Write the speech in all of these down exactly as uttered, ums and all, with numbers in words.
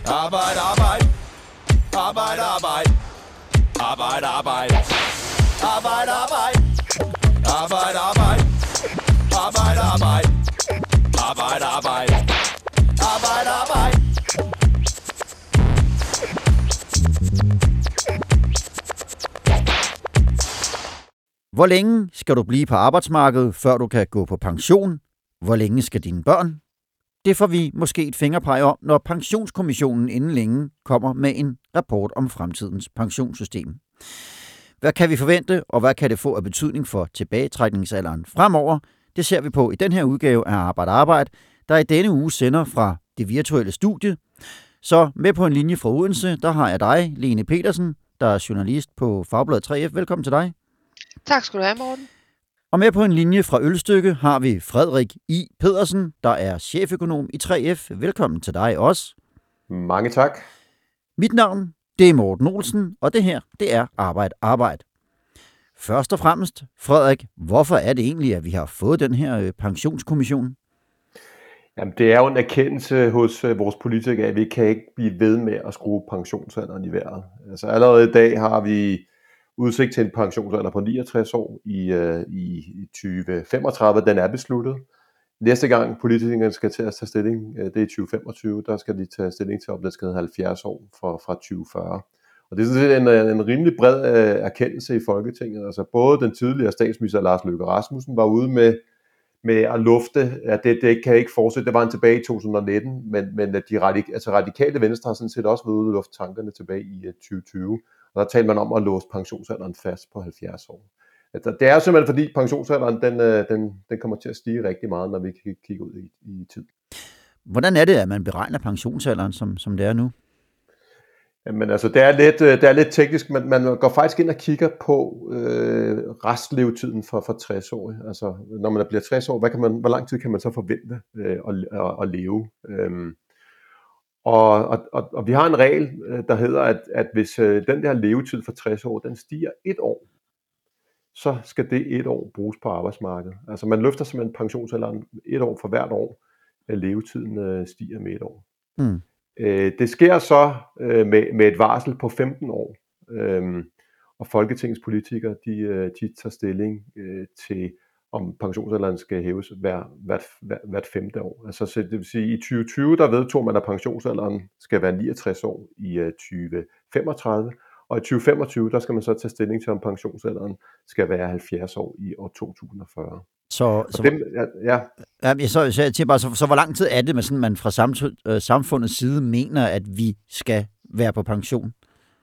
Arbejde, arbejde. Arbejde, arbejde. Arbejde, arbejde. Arbejde, arbejde. Arbejde, arbejde. Arbejde, arbejde. Arbejde, arbejde. Arbejde, arbejde. Hvor længe skal du blive på arbejdsmarkedet, før du kan gå på pension? Hvor længe skal dine børn? Det får vi måske et fingerpeg om, når Pensionskommissionen inden længe kommer med en rapport om fremtidens pensionssystem. Hvad kan vi forvente, og hvad kan det få af betydning for tilbagetrækningsalderen fremover? Det ser vi på i den her udgave af Arbejde Arbejde, der i denne uge sender fra det virtuelle studie. Så med på en linje fra Odense, der har jeg dig, Lene Petersen, der er journalist på Fagbladet tre F. Velkommen til dig. Tak skal du have, Morten. Og med på en linje fra Ølstykke har vi Frederik I. Pedersen, der er cheføkonom i tre F. Velkommen til dig også. Mange tak. Mit navn, det er Morten Olsen, og det her, det er Arbejde Arbejde. Først og fremmest, Frederik, hvorfor er det egentlig, at vi har fået den her pensionskommission? Jamen, det er jo en erkendelse hos vores politikere, at vi kan ikke blive ved med at skrue pensionsalderen i vejret. Altså allerede i dag har vi udsigt til en pensionsalder på niogtres år i, øh, i tyve femogtredive. Den er besluttet. Næste gang politikerne skal til at tage stilling, det er i tyve femogtyve, der skal de tage stilling til, om det skal hedde halvfjerds år fra, fra tyve fyrre. Og det er sådan set en, en rimelig bred øh, erkendelse i Folketinget. Altså både den tidligere statsminister Lars Løkke Rasmussen var ude med, med at lufte, at det, det kan ikke fortsætte. Det var han tilbage i to tusind og nitten, men, men at de radik, altså radikale venstre har sådan set også været ude og lufte tankerne tilbage i uh, tyve tyve. Og der talte man om at låse pensionsalderen fast på halvfjerds år. Altså, det er simpelthen fordi pensionsalderen den, den, den kommer til at stige rigtig meget, når vi kan kigge ud i, i tid. Hvordan er det, at man beregner pensionsalderen, som, som det er nu? Jamen altså, det er lidt, det er lidt teknisk, men man går faktisk ind og kigger på øh, restlevetiden for, for tres-årige. Altså, når man bliver tres år, hvad kan man, hvor lang tid kan man så forvente øh, at, at, at leve? Øhm, og, og, og, og vi har en regel, der hedder, at, at hvis øh, den der levetid for tres år, den stiger et år, så skal det et år bruges på arbejdsmarkedet. Altså man løfter simpelthen pensionsalderen et år for hvert år, at levetiden øh, stiger med et år. Mm. Øh, det sker så øh, med, med et varsel på femten år, øh, og Folketingets politikere, de, øh, de tager stilling øh, til, om pensionsalderen skal hæves hver, hvert, hvert, hvert femte år. Altså så det vil sige, i tyve tyve, der vedtog man, at pensionsalderen skal være niogtres år i øh, tyve femogtredive, og i tyve femogtyve, der skal man så tage stilling til, om pensionsalderen skal være halvfjerds år i år to tusind og fyrre. Så, så, dem, ja, ja. Ja, så, så, jeg tænker bare, så, så hvor lang tid er det, med sådan, man fra samfund, øh, samfundets side mener, at vi skal være på pension?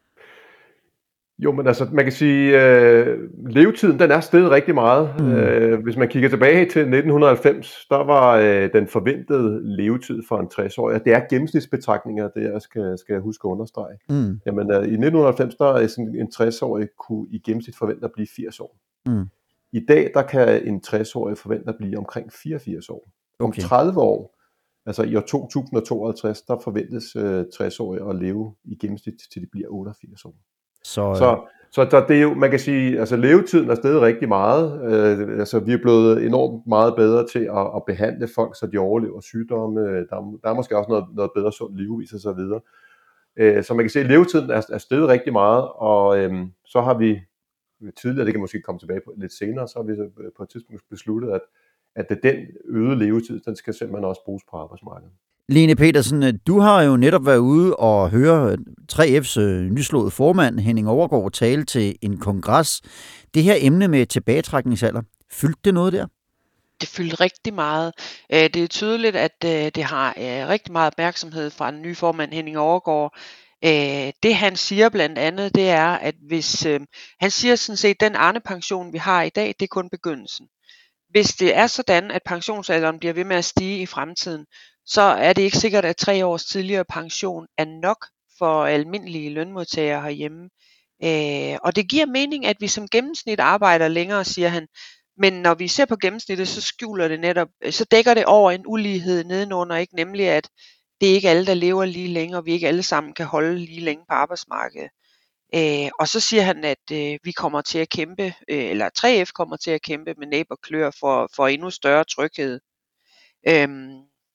Jo, men altså, man kan sige, øh, levetiden, den er steget rigtig meget. Mm. Øh, hvis man kigger tilbage til nitten halvfems, der var øh, den forventede levetid for en tres-årig, det er gennemsnitsbetragtninger, det jeg skal, skal jeg huske at understrege. Mm. Jamen, øh, i nitten halvfems, der er sådan en tres-årig kunne i gennemsnit forvente at blive firs år. Mm. I dag, der kan en tres-årig forvente at blive omkring fireogfirs år. Okay. Om tredive år, altså i år to tusind og tooghalvtreds, der forventes øh, tres-årige at leve i gennemsnit til de bliver otteogfirs år. Så, så, så der, det er jo, man kan sige, altså levetiden er steget rigtig meget. Øh, altså vi er blevet enormt meget bedre til at, at behandle folk, så de overlever sygdomme. Der, der er måske også noget, noget bedre sund levevis og så videre. Øh, så man kan sige, at levetiden er, er steget rigtig meget, og øh, så har vi tidligere, det kan måske komme tilbage på lidt senere, så har vi på et tidspunkt besluttet, at, at den øgede levetid, den skal simpelthen også bruges på arbejdsmarkedet. Lene Petersen, du har jo netop været ude og høre tre F's nyslåede formand Henning Overgaard tale til en kongres. Det her emne med tilbagetrækningsalder, fyldte det noget der? Det fyldte rigtig meget. Det er tydeligt, at det har rigtig meget opmærksomhed fra den nye formand Henning Overgaard. Det han siger blandt andet, det er, at hvis han siger sådan set, at den Arne-pension vi har i dag, det er kun begyndelsen. Hvis det er sådan, at pensionsalderen bliver ved med at stige i fremtiden, så er det ikke sikkert, at tre års tidligere pension er nok for almindelige lønmodtagere herhjemme. Øh, og det giver mening, at vi som gennemsnit arbejder længere, siger han. Men når vi ser på gennemsnittet, så skjuler det netop, så dækker det over en ulighed nedenunder, ikke? Nemlig at det er ikke alle, der lever lige længe, og vi ikke alle sammen kan holde lige længe på arbejdsmarkedet. Øh, og så siger han, at øh, vi kommer til at kæmpe, øh, eller tre F kommer til at kæmpe med næb og klør for, for endnu større tryghed. Øhm,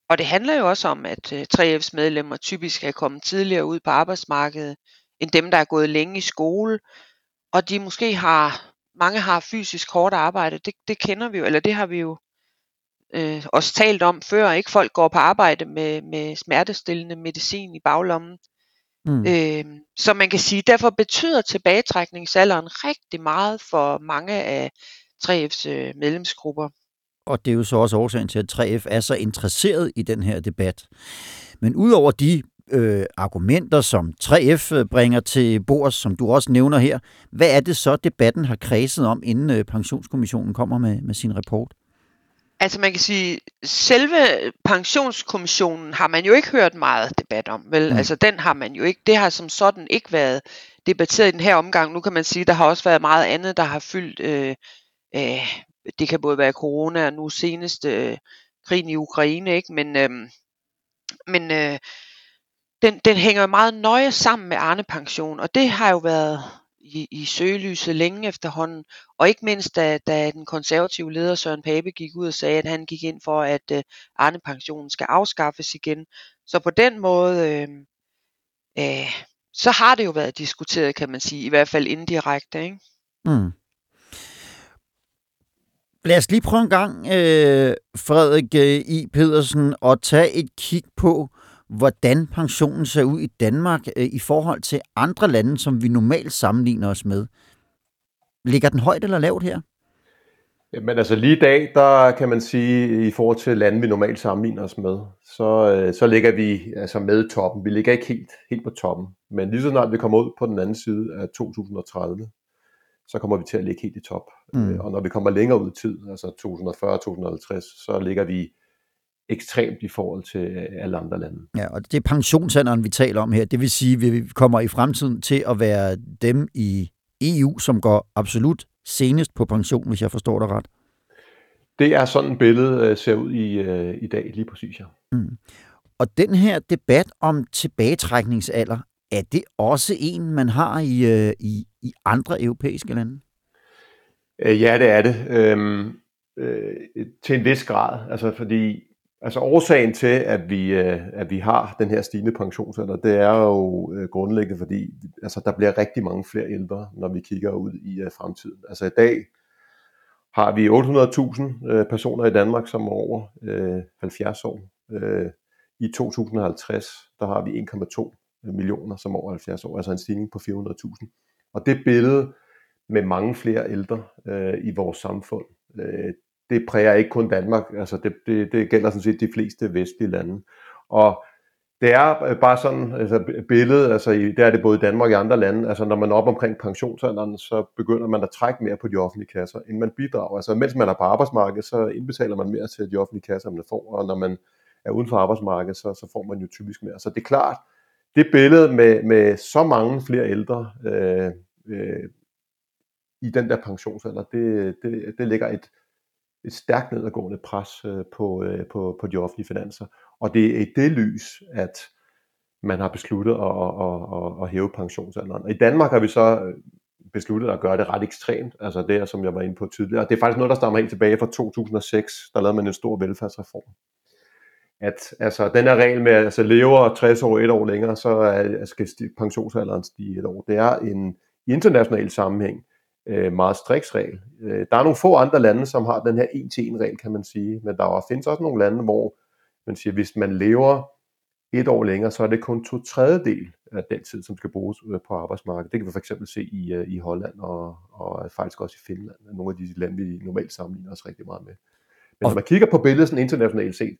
Og det handler jo også om, at øh, tre F's medlemmer typisk er kommet tidligere ud på arbejdsmarkedet, end dem, der er gået længe i skole, og de måske har, mange har fysisk hårdt arbejde, det, det kender vi jo, eller det har vi jo øh, også talt om før, ikke? Folk går på arbejde med, med smertestillende medicin i baglommen. Mm. Øh, så man kan sige, derfor betyder tilbagetrækningsalderen rigtig meget for mange af tre F's øh, medlemsgrupper. Og det er jo så også årsagen til, at tre F er så interesseret i den her debat. Men udover de øh, argumenter, som tre F bringer til bords, som du også nævner her, hvad er det så, debatten har kredset om, inden øh, pensionskommissionen kommer med, med sin rapport? Altså man kan sige, selve pensionskommissionen har man jo ikke hørt meget debat om, vel? Mm. Altså den har man jo ikke, det har som sådan ikke været debatteret i den her omgang. Nu kan man sige, der har også været meget andet, der har fyldt, øh, øh, det kan både være corona og nu senest øh, krigen i Ukraine, ikke? Men, øh, men øh, den, den hænger meget nøje sammen med Arnepension, og det har jo været i, i søgelyset længe efterhånden, og ikke mindst da, da den konservative leder Søren Pape gik ud og sagde, at han gik ind for, at øh, Arnepensionen skal afskaffes igen. Så på den måde, øh, øh, så har det jo været diskuteret, kan man sige, i hvert fald indirekte, ikke? Mm. Lad os lige prøve en gang, øh, Frederik øh, I. Pedersen, at tage et kig på, hvordan pensionen ser ud i Danmark øh, i forhold til andre lande, som vi normalt sammenligner os med. Ligger den højt eller lavt her? Men altså lige i dag, der kan man sige, i forhold til lande, vi normalt sammenligner os med, så, øh, så ligger vi altså med toppen. Vi ligger ikke helt, helt på toppen, men lige så snart vi kommer ud på den anden side af to tusind og tredive, så kommer vi til at ligge helt i top. Mm. Og når vi kommer længere ud i tid, altså to tusind og fyrre til to tusind og halvtreds, så ligger vi ekstremt i forhold til alle andre lande. Ja, og det er pensionsalderen, vi taler om her. Det vil sige, at vi kommer i fremtiden til at være dem i E U, som går absolut senest på pension, hvis jeg forstår dig ret. Det er sådan et billede ser ud i, i dag, lige præcis, ja. Mm. Og den her debat om tilbagetrækningsalder, er det også en, man har i, i, i andre europæiske lande? Ja, det er det. Øhm, øh, til en vis grad. Altså fordi altså årsagen til, at vi, øh, at vi har den her stigende pensionsalder, det er jo øh, grundlæggende, fordi altså, der bliver rigtig mange flere ældre, når vi kigger ud i øh, fremtiden. Altså i dag har vi otte hundrede tusind øh, personer i Danmark, som er over øh, halvfjerds år. Øh, I to tusind og halvtreds, der har vi en komma to millioner som er over halvfjerds år, altså en stigning på fire hundrede tusind. Og det billede med mange flere ældre øh, i vores samfund, øh, det præger ikke kun Danmark, altså det, det, det gælder sådan set de fleste vestlige lande. Og det er bare sådan altså billedet, altså i, der er det både i Danmark og i andre lande, altså når man er op omkring pensionsalderen, så begynder man at trække mere på de offentlige kasser, end man bidrager. Altså mens man er på arbejdsmarkedet, så indbetaler man mere til de offentlige kasser, man får, og når man er uden for arbejdsmarkedet, så, så får man jo typisk mere. Så det er klart, det billede med, med så mange flere ældre øh, øh, i den der pensionsalder, det, det, det lægger et, et stærkt nedadgående pres øh, på, øh, på, på de offentlige finanser. Og det er i det lys, at man har besluttet at, at, at, at hæve pensionsalderen. Og i Danmark har vi så besluttet at gøre det ret ekstremt, altså det, som jeg var inde på tidligere. Og det er faktisk noget, der stammer helt tilbage fra to tusind og seks, der lavede man en stor velfærdsreform. At altså, den her regel med at altså, lever tres år et år længere, så er, skal pensionsalderen stige et år. Det er en i international sammenhæng øh, meget striks regel. Øh, der er nogle få andre lande, som har den her en-til-en regel, kan man sige, men der findes også nogle lande, hvor man siger, hvis man lever et år længere, så er det kun to tredjedel af den tid, som skal bruges på arbejdsmarkedet. Det kan vi for eksempel se i, i Holland og, og faktisk også i Finland, nogle af de lande, vi normalt sammenligner os rigtig meget med. Men når man kigger på billedet sådan internationalt set,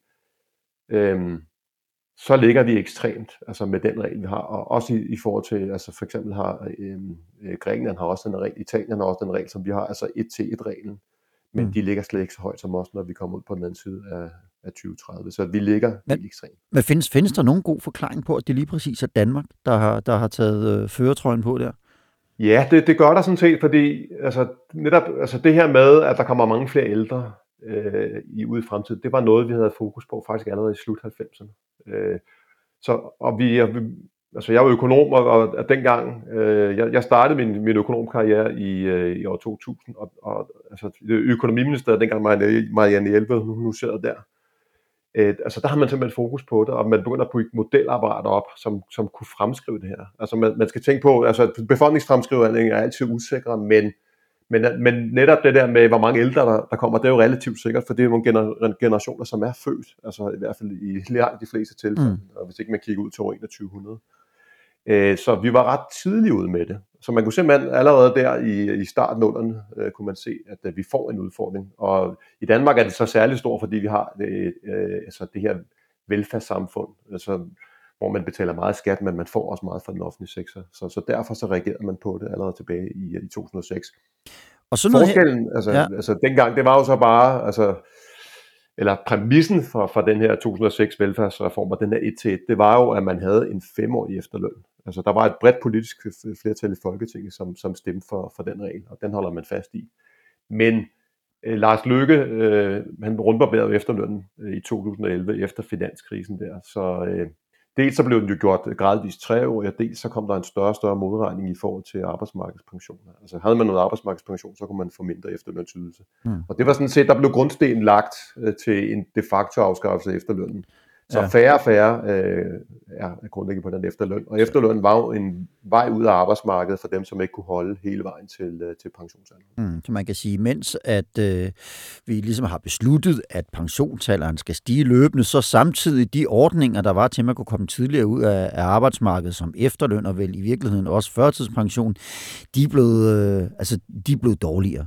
øhm, så ligger vi ekstremt, altså med den regel, vi har, og også i, i forhold til, altså for eksempel har øhm, Grækenland har også den regel, Italien har også den regel, som vi har, altså et til et reglen, men mm. de ligger slet ikke så højt som os, når vi kommer ud på den anden side af, af tyve tredive, så vi ligger helt ekstremt. Men findes, findes der nogen god forklaring på, at det lige præcis er Danmark, der har, der har taget øh, førertrøjen på der? Ja, det, det gør der sådan set, fordi altså, netop altså det her med, at der kommer mange flere ældre øh, i ude i fremtiden, det var noget, vi havde fokus på faktisk allerede i slut halvfemserne. Øh, så, og vi, altså jeg var økonom, og, og dengang, øh, jeg, jeg startede min, min økonomkarriere i, øh, i år to tusind, og, og altså, økonomiministeriet, dengang Marianne Jelved, hun huserede der, Øh, altså der har man simpelthen fokus på det, og man begynder at bygge modelapparater op, som, som kunne fremskrive det her. Altså man, man skal tænke på, altså befolkningsfremskrivning er altid usikre, men, men, men netop det der med, hvor mange ældre der, der kommer, det er jo relativt sikkert, for det er nogle gener, generationer, som er født, altså i hvert fald i langt de fleste tilfælde, mm. og hvis ikke man kigger ud til år enogtyve hundrede. Øh, så vi var ret tidligt ude med det. Så man kunne simpelthen allerede der i, i starten nullerne, øh, kunne man se, at, at vi får en udfordring. Og i Danmark er det så særligt stort, fordi vi har det, øh, altså det her velfærdssamfund, altså, hvor man betaler meget skat, men man får også meget fra den offentlige sektor. Så, så derfor så reagerede man på det allerede tilbage i, i to tusind og seks. Og sådan noget Forskellen, her, altså, ja. altså dengang, det var jo så bare, altså, eller præmissen for, for den her to tusind og seks velfærdsreform, og den her et til et, det var jo, at man havde en femårig efterløn. Altså der var et bredt politisk flertal i Folketinget, som, som stemte for, for den regel, og den holder man fast i. Men øh, Lars Løkke, øh, han rundbarberede efterlønnen øh, i to tusind og elleve efter finanskrisen der, så øh, dels så blev den jo gjort gradvist treårig, og dels så kom der en større og større modregning i forhold til arbejdsmarkedspensioner. Altså havde man noget arbejdsmarkedspension, så kunne man få mindre efterlønsydelse. Mm. Og det var sådan set, der blev grundstenen lagt øh, til en de facto afskaffelse af efterlønnen. Så ja. færre og færre øh, er grundlæggende på den efterløn. Og efterløn var jo en vej ud af arbejdsmarkedet for dem, som ikke kunne holde hele vejen til, øh, til pensionsalderen. Mm, så man kan sige, mens at øh, vi ligesom har besluttet, at pensionsalderen skal stige løbende, så samtidig de ordninger, der var til, at man kunne komme tidligere ud af, af arbejdsmarkedet, som efterløn og vel i virkeligheden også førtidspension, de er blevet, øh, altså, de er blevet dårligere.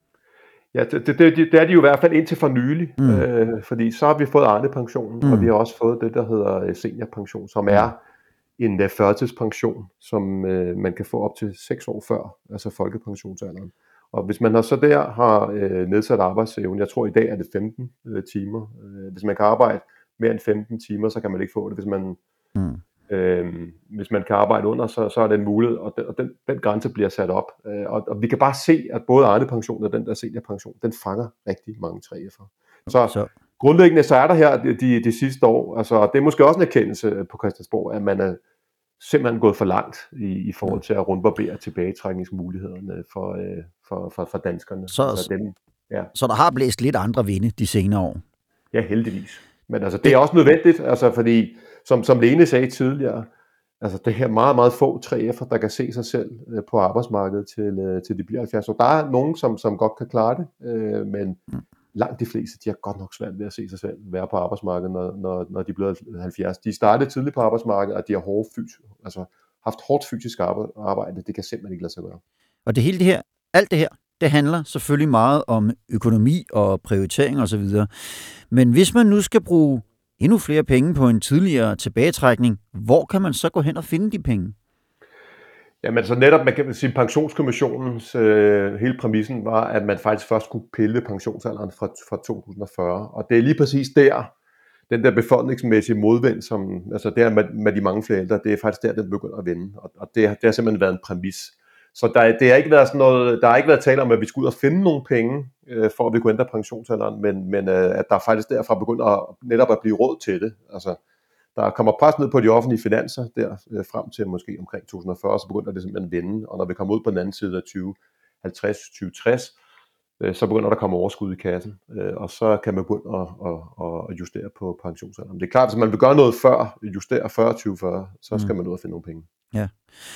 Ja, det, det, det, det er de jo i hvert fald indtil for nylig, mm. øh, fordi så har vi fået Arne-pensionen, mm. og vi har også fået det, der hedder seniorpension, som er en uh, førtidspension, som uh, man kan få op til seks år før, altså folkepensionsalderen. Og hvis man så der har uh, nedsat arbejdsevne, jeg tror i dag er det femten uh, timer, uh, hvis man kan arbejde mere end femten timer, så kan man ikke få det, hvis man... Mm. Øhm, hvis man kan arbejde under, så, så er det en mulighed, og, den, og den, den grænse bliver sat op. Øh, og, og vi kan bare se, at både Arne-pension og den der seniorpension, den fanger rigtig mange tre F'ere. Så, så grundlæggende så er der her de, de, de sidste år, altså det er måske også en erkendelse på Christiansborg, at man er simpelthen gået for langt i, i forhold til at rundbarbere tilbagetrækningsmulighederne for, øh, for, for, for danskerne. Så, altså dem, ja. så der har blæst lidt andre vinde de senere år? Ja, heldigvis. Men altså, det er også nødvendigt, altså, fordi, som, som Lene sagde tidligere, altså det her meget, meget få tre F'er, der kan se sig selv øh, på arbejdsmarkedet til, øh, til de bliver halvfjerds år. Der er nogen, som, som godt kan klare det, øh, men langt de fleste, de har godt nok svært ved at se sig selv være på arbejdsmarkedet, når, når, når de bliver halvfjerds. De startede tidligt på arbejdsmarkedet, og de har hårdt fysisk, altså haft hårdt fysisk arbejde. Det kan simpelthen ikke lade sig gøre. Og det hele det her, alt det her, det handler selvfølgelig meget om økonomi og prioritering osv. Men hvis man nu skal bruge endnu flere penge på en tidligere tilbagetrækning, hvor kan man så gå hen og finde de penge? Jamen så netop, man kan sige, pensionskommissionens øh, hele præmissen var, at man faktisk først skulle pille pensionsalderen fra, fra to tusind og fyrre. Og det er lige præcis der, den der befolkningsmæssige modvind, som, altså der med, med de mange flere ældre, det er faktisk der, den begynder at vende. Og, og det, det har simpelthen været en præmis. Så der, det har ikke været sådan noget, der har ikke været tale om, at vi skulle ud og finde nogle penge, øh, for at vi kunne ændre pensionsalderen, men, men øh, at der faktisk derfra begynder at, netop at blive råd til det. Altså, der kommer pres ned på de offentlige finanser der øh, frem til måske omkring to tusind og fyrre, så begynder det simpelthen at vende, og når vi kommer ud på den anden side af tyve halvtreds til tyve tres, øh, så begynder der at komme overskud i kassen, øh, og så kan man begynde at, at, at justere på pensionsalderen. Det er klart, hvis man vil gøre noget før, justere fyrre tyve fyrre, så skal man ud og finde nogle penge. Ja,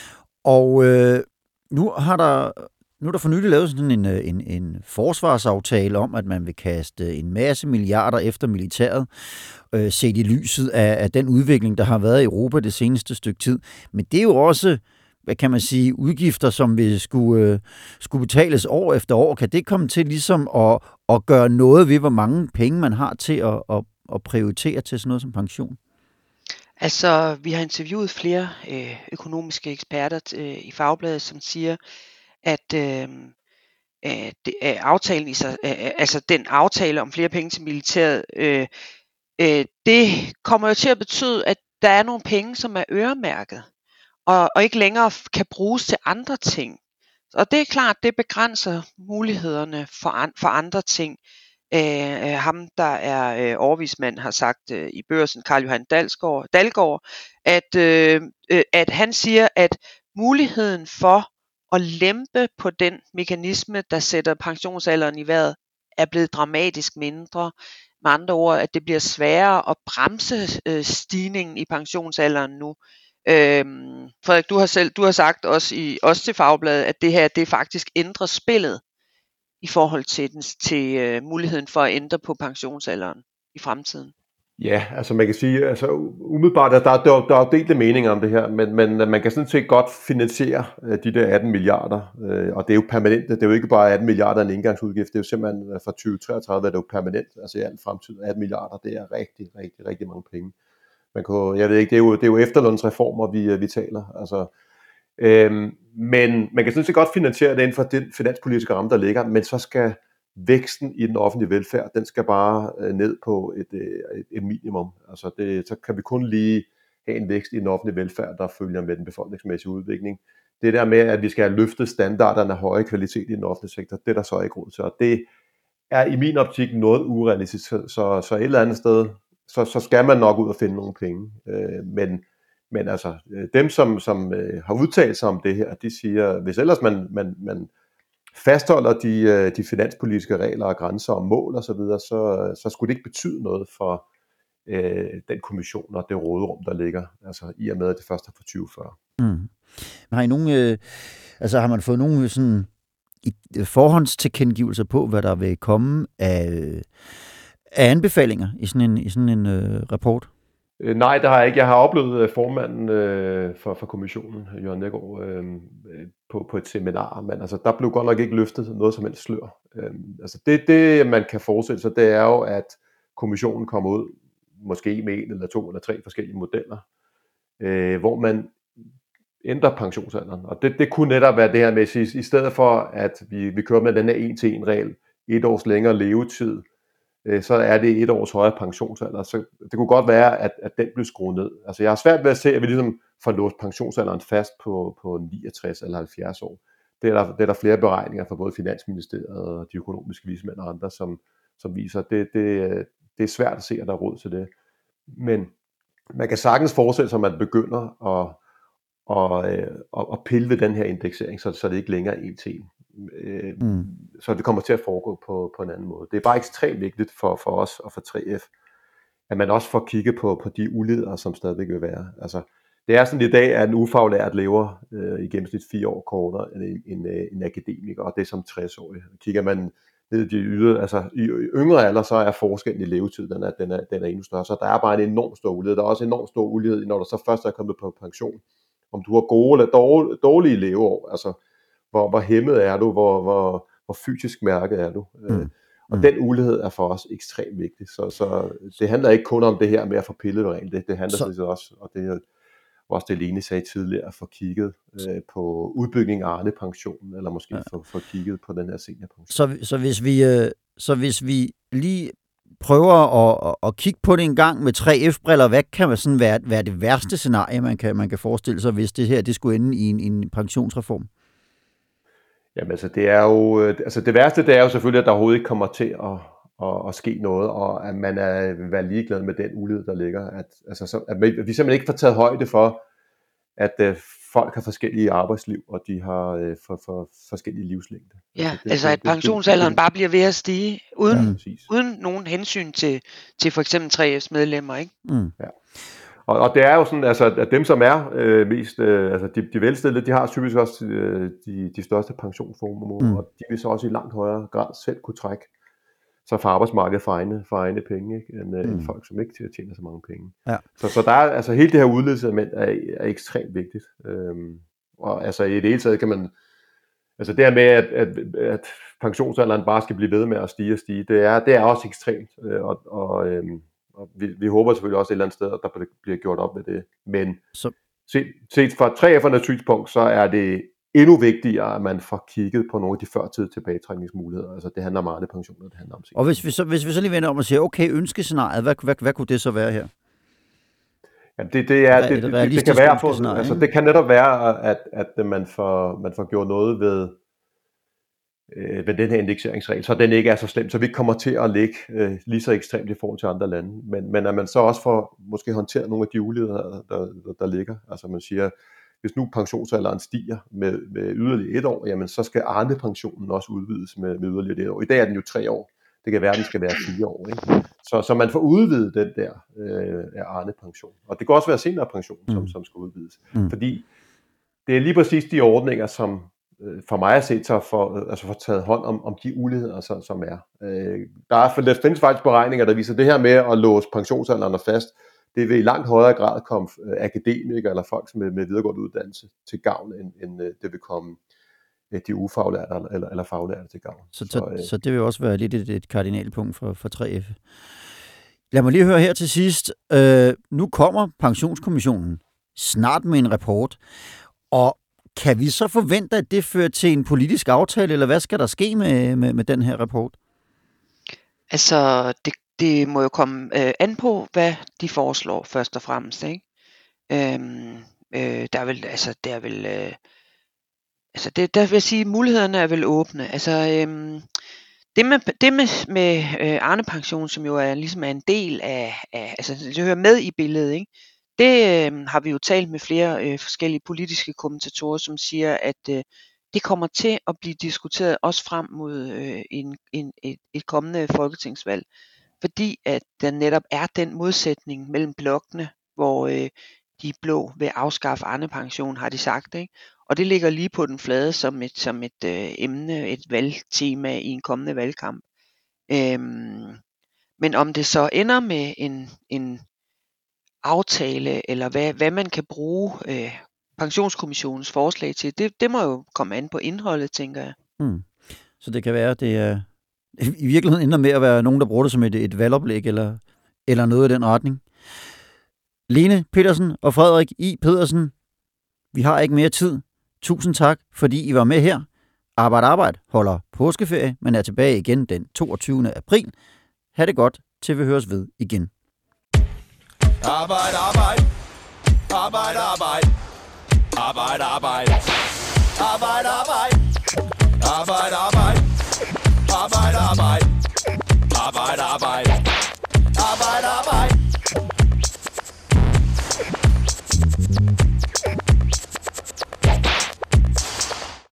og øh Nu har der, nu er der for nylig lavet sådan en, en, en forsvarsaftale om, at man vil kaste en masse milliarder efter militæret, øh, set i lyset af, af den udvikling, der har været i Europa det seneste stykke tid. Men det er jo også, hvad kan man sige, udgifter, som vil skulle, øh, skulle betales år efter år. Kan det komme til ligesom at, at gøre noget ved, hvor mange penge man har til at, at, at prioritere til sådan noget som pension? Altså, vi har interviewet flere øh, økonomiske eksperter øh, i Fagbladet, som siger, at øh, øh, det, øh, aftalen i sig, øh, altså den aftale om flere penge til militæret, øh, øh, det kommer jo til at betyde, at der er nogle penge, som er øremærket, og, og ikke længere kan bruges til andre ting. Og det er klart, det begrænser mulighederne for, an, for andre ting. Øh, ham, der er øh, overvismand, har sagt øh, i Børsen, Carl Johan Dalsgaard, Dalgaard, at, øh, øh, at han siger, at muligheden for at lempe på den mekanisme, der sætter pensionsalderen i vejret, er blevet dramatisk mindre. Med andre ord, at det bliver sværere at bremse øh, stigningen i pensionsalderen nu. Øhm, Frederik, du har selv du har sagt også i også til Fagbladet, at det her det faktisk ændrer spillet i forhold til den, til øh, muligheden for at ændre på pensionsalderen i fremtiden. Ja, altså man kan sige, altså umiddelbart, at der, der, der er jo delte meninger om det her, men, men man kan sådan set godt finansiere øh, de der atten milliarder, øh, og det er jo permanent, det er jo ikke bare atten milliarder en engangsudgift, det er jo simpelthen fra tyve treogtredive, er det jo permanent, altså i al fremtid, atten milliarder, det er rigtig, rigtig, rigtig mange penge. Man kan, jeg ved ikke, det er jo, det er jo efterlønsreformer, vi, vi taler, altså, øhm, men man kan sådan set godt finansiere det inden for den finanspolitiske ramme, der ligger, men så skal væksten i den offentlige velfærd, den skal bare øh, ned på et, et, et minimum. Altså det, så kan vi kun lige have en vækst i den offentlige velfærd, der følger med den befolkningsmæssige udvikling. Det der med, at vi skal have løftet standarderne af høje kvalitet i den offentlige sektor, det er der så ikke råd til. Og det er i min optik noget urealistisk. Så, så, så et eller andet sted, så, så skal man nok ud og finde nogle penge. Øh, men, men altså, dem som, som øh, har udtalt sig om det her, de siger, hvis ellers man, man, man fastholder de, de finanspolitiske regler og grænser og mål og så videre, så, så skulle det ikke betyde noget for øh, den kommission og det råderum, der ligger, altså i og med, at det først er for tyve fyrre. Mm. Har I nogen, øh, altså har man fået nogle sådan i, forhåndstilkendegivelser på, hvad der vil komme af, af anbefalinger i sådan en, i sådan en øh, rapport? Øh, nej, det har jeg ikke. Jeg har oplevet øh, formanden øh, for, for kommissionen, Jørgen Neergaard, øh, på, på et seminar, men altså, der blev godt nok ikke løftet noget som helst slør. Øh, altså det, det, man kan forestille sig, det er jo, at kommissionen kommer ud, måske med en eller to eller tre forskellige modeller, øh, hvor man ændrer pensionsalderen. Og det, det kunne netop være det her med, at i, i stedet for, at vi, vi kører med den her en til en regel, et års længere levetid, så er det et års højere pensionsalder. Så det kunne godt være, at, at den blev skruet ned. Altså jeg har svært ved at se, at vi ligesom får låst pensionsalderen fast på, på niogtres eller halvfjerds år. Det er, der, det er der flere beregninger fra både Finansministeriet og de økonomiske vismænd og andre, som, som viser, at det, det, det er svært at se, at der er råd til det. Men man kan sagtens forestille sig, at man begynder at, at, at, at pille ved den her indeksering, så, så det ikke længere er en til en. Mm. Så det kommer til at foregå på, på en anden måde. Det er bare ekstremt vigtigt for, for os og for tre F, at man også får kigget på, på de uligheder, som stadigvæk vil være. Altså, det er sådan i dag, at en ufaglært lever øh, i gennemsnit fire år kortere end en, en, en akademiker, og det er som tres-årig. Kigger man ned i de yder, altså i yngre alder, så er forskellen i levetid, den er, den er, den er endnu større. Så der er bare en enorm stor ulighed. Der er også en enorm stor ulighed, når du så først er kommet på pension. Om du har gode eller dårlige, dårlige leveår, altså Hvor, hvor hæmmet er du, hvor, hvor, hvor fysisk mærket er du. Mm. Og mm. den ulighed er for os ekstremt vigtig. Så, så det handler ikke kun om det her med at få pillet rent. Det, det handler så også, og det er også det Lene sagde tidligere, at få kigget øh, på udbygning af Arne-pensionen, eller måske ja. få, få kigget på den her seniorpension. Så, så, hvis vi, øh, så hvis vi lige prøver at, at, at kigge på det en gang med tre F-briller, hvad kan sådan være, være det værste scenarie, man kan, man kan forestille sig, hvis det her det skulle ende i en, en pensionsreform? Jamen altså det er jo, altså det værste det er jo selvfølgelig, at der overhovedet ikke kommer til at, at, at ske noget, og at man er, vil være ligeglad med den ulighed, der ligger. At, altså, så, at vi simpelthen ikke får taget højde for, at uh, folk har forskellige arbejdsliv, og de har uh, for, for forskellige livslængde. Ja, altså, det, altså det, at det, pensionsalderen det, bare bliver ved at stige, uden, ja, uden nogen hensyn til, til for eksempel tre F's medlemmer, ikke? Mm. Ja. Og, og det er jo sådan, altså, at dem, som er øh, mest, øh, altså de, de velstillede, de har typisk også øh, de, de største pensionsformuer, mm. og de vil så også i langt højere grad selv kunne trække sig fra arbejdsmarkedet for egne, for egne penge, ikke? End, øh, mm. end folk, som ikke tjener så mange penge. Ja. Så, så der er, altså hele det her udledelseselement er, er ekstremt vigtigt. Øhm, og altså i det hele taget kan man, altså det her med, at, at, at pensionsalderen bare skal blive ved med at stige og stige, det er, det er også ekstremt, øh, og, og øhm, Og vi, vi håber selvfølgelig også et eller andet sted, at der bliver gjort op med det. Men så. set, set fra tre F'ernes synspunkt, så er det endnu vigtigere, at man får kigget på nogle af de førtidige tilbagetrækningsmuligheder. Altså det handler meget om pensioner, det handler om sig. Og hvis vi, så, hvis vi så lige vender om og siger, okay, ønskescenariet, hvad, hvad, hvad kunne det så være her? Ja, det, det, er, det, det, det, det kan være, for, altså, det kan netop være, at, at man, får, man får gjort noget ved, øh, ved den her indekseringsregel, så den ikke er så slem, så vi ikke kommer til at ligge øh, lige så ekstremt i forhold til andre lande. Men, men at man så også får måske håndteret nogle af de uligheder, der, der, der ligger. Altså man siger, hvis nu pensionsalderen stiger med, med yderligere et år, jamen så skal Arne-pensionen også udvides med, med yderligere et år. I dag er den jo tre år, Det kan være, at den skal være fire år. Ikke? Så, så man får udvidet den der øh, Arne-pension. Og det kan også være seniorpension, mm. som, som skal udvides. Mm. Fordi det er lige præcis de ordninger, som øh, for mig at se, så for, altså for taget hånd om, om de uligheder, så, som er. Øh, der, er der findes faktisk beregninger, der viser det her med at låse pensionsalderen fast. Det vil i langt højere grad komme øh, akademikere eller folk med, med videregående uddannelse til gavn, end, end øh, det vil komme øh, de ufaglærte eller, eller faglærte til gavn. Så, så, øh, så det vil også være lidt et, et kardinalpunkt for, for tre F. Lad mig lige høre her til sidst. Øh, nu kommer Pensionskommissionen snart med en rapport, og kan vi så forvente, at det fører til en politisk aftale, eller hvad skal der ske med, med, med den her rapport? Altså, det, det må jo komme øh, an på, hvad de foreslår først og fremmest, ikke? Øhm, øh, der er vel, altså, der er vel, øh, altså, det, der vil jeg sige, mulighederne er vel åbne. Altså, øh, det med, det med, med øh, Arne-pension, som jo er ligesom er en del af, af altså, det hører med i billedet, ikke? Det øh, har vi jo talt med flere øh, forskellige politiske kommentatorer, som siger, at øh, det kommer til at blive diskuteret også frem mod øh, en, en, et, et kommende folketingsvalg. Fordi at der netop er den modsætning mellem blokkene, hvor øh, de blå vil afskaffe Arne-pension, har de sagt, ikke? Og det ligger lige på den flade som et, som et øh, emne, et valgtema i en kommende valgkamp. Øhm, men om det så ender med en, en aftale, eller hvad, hvad man kan bruge øh, pensionskommissionens forslag til, det, det må jo komme an på indholdet, tænker jeg. Hmm. Så det kan være, at det er i virkeligheden ender med at være nogen, der bruger det som et, et valgoplæg, eller, eller noget i den retning. Lene Petersen og Frederik I. Pedersen, vi har ikke mere tid. Tusind tak, fordi I var med her. Arbejde Arbejde holder påskeferie, men er tilbage igen den toogtyvende april. Ha' det godt, til vi høres ved igen. Arbejde, arbejde. Arbejde, arbejde. Arbejde, arbejde. Arbejde, arbejde. Arbejde, arbejde. Arbejde, arbejde. Arbejde, arbejde.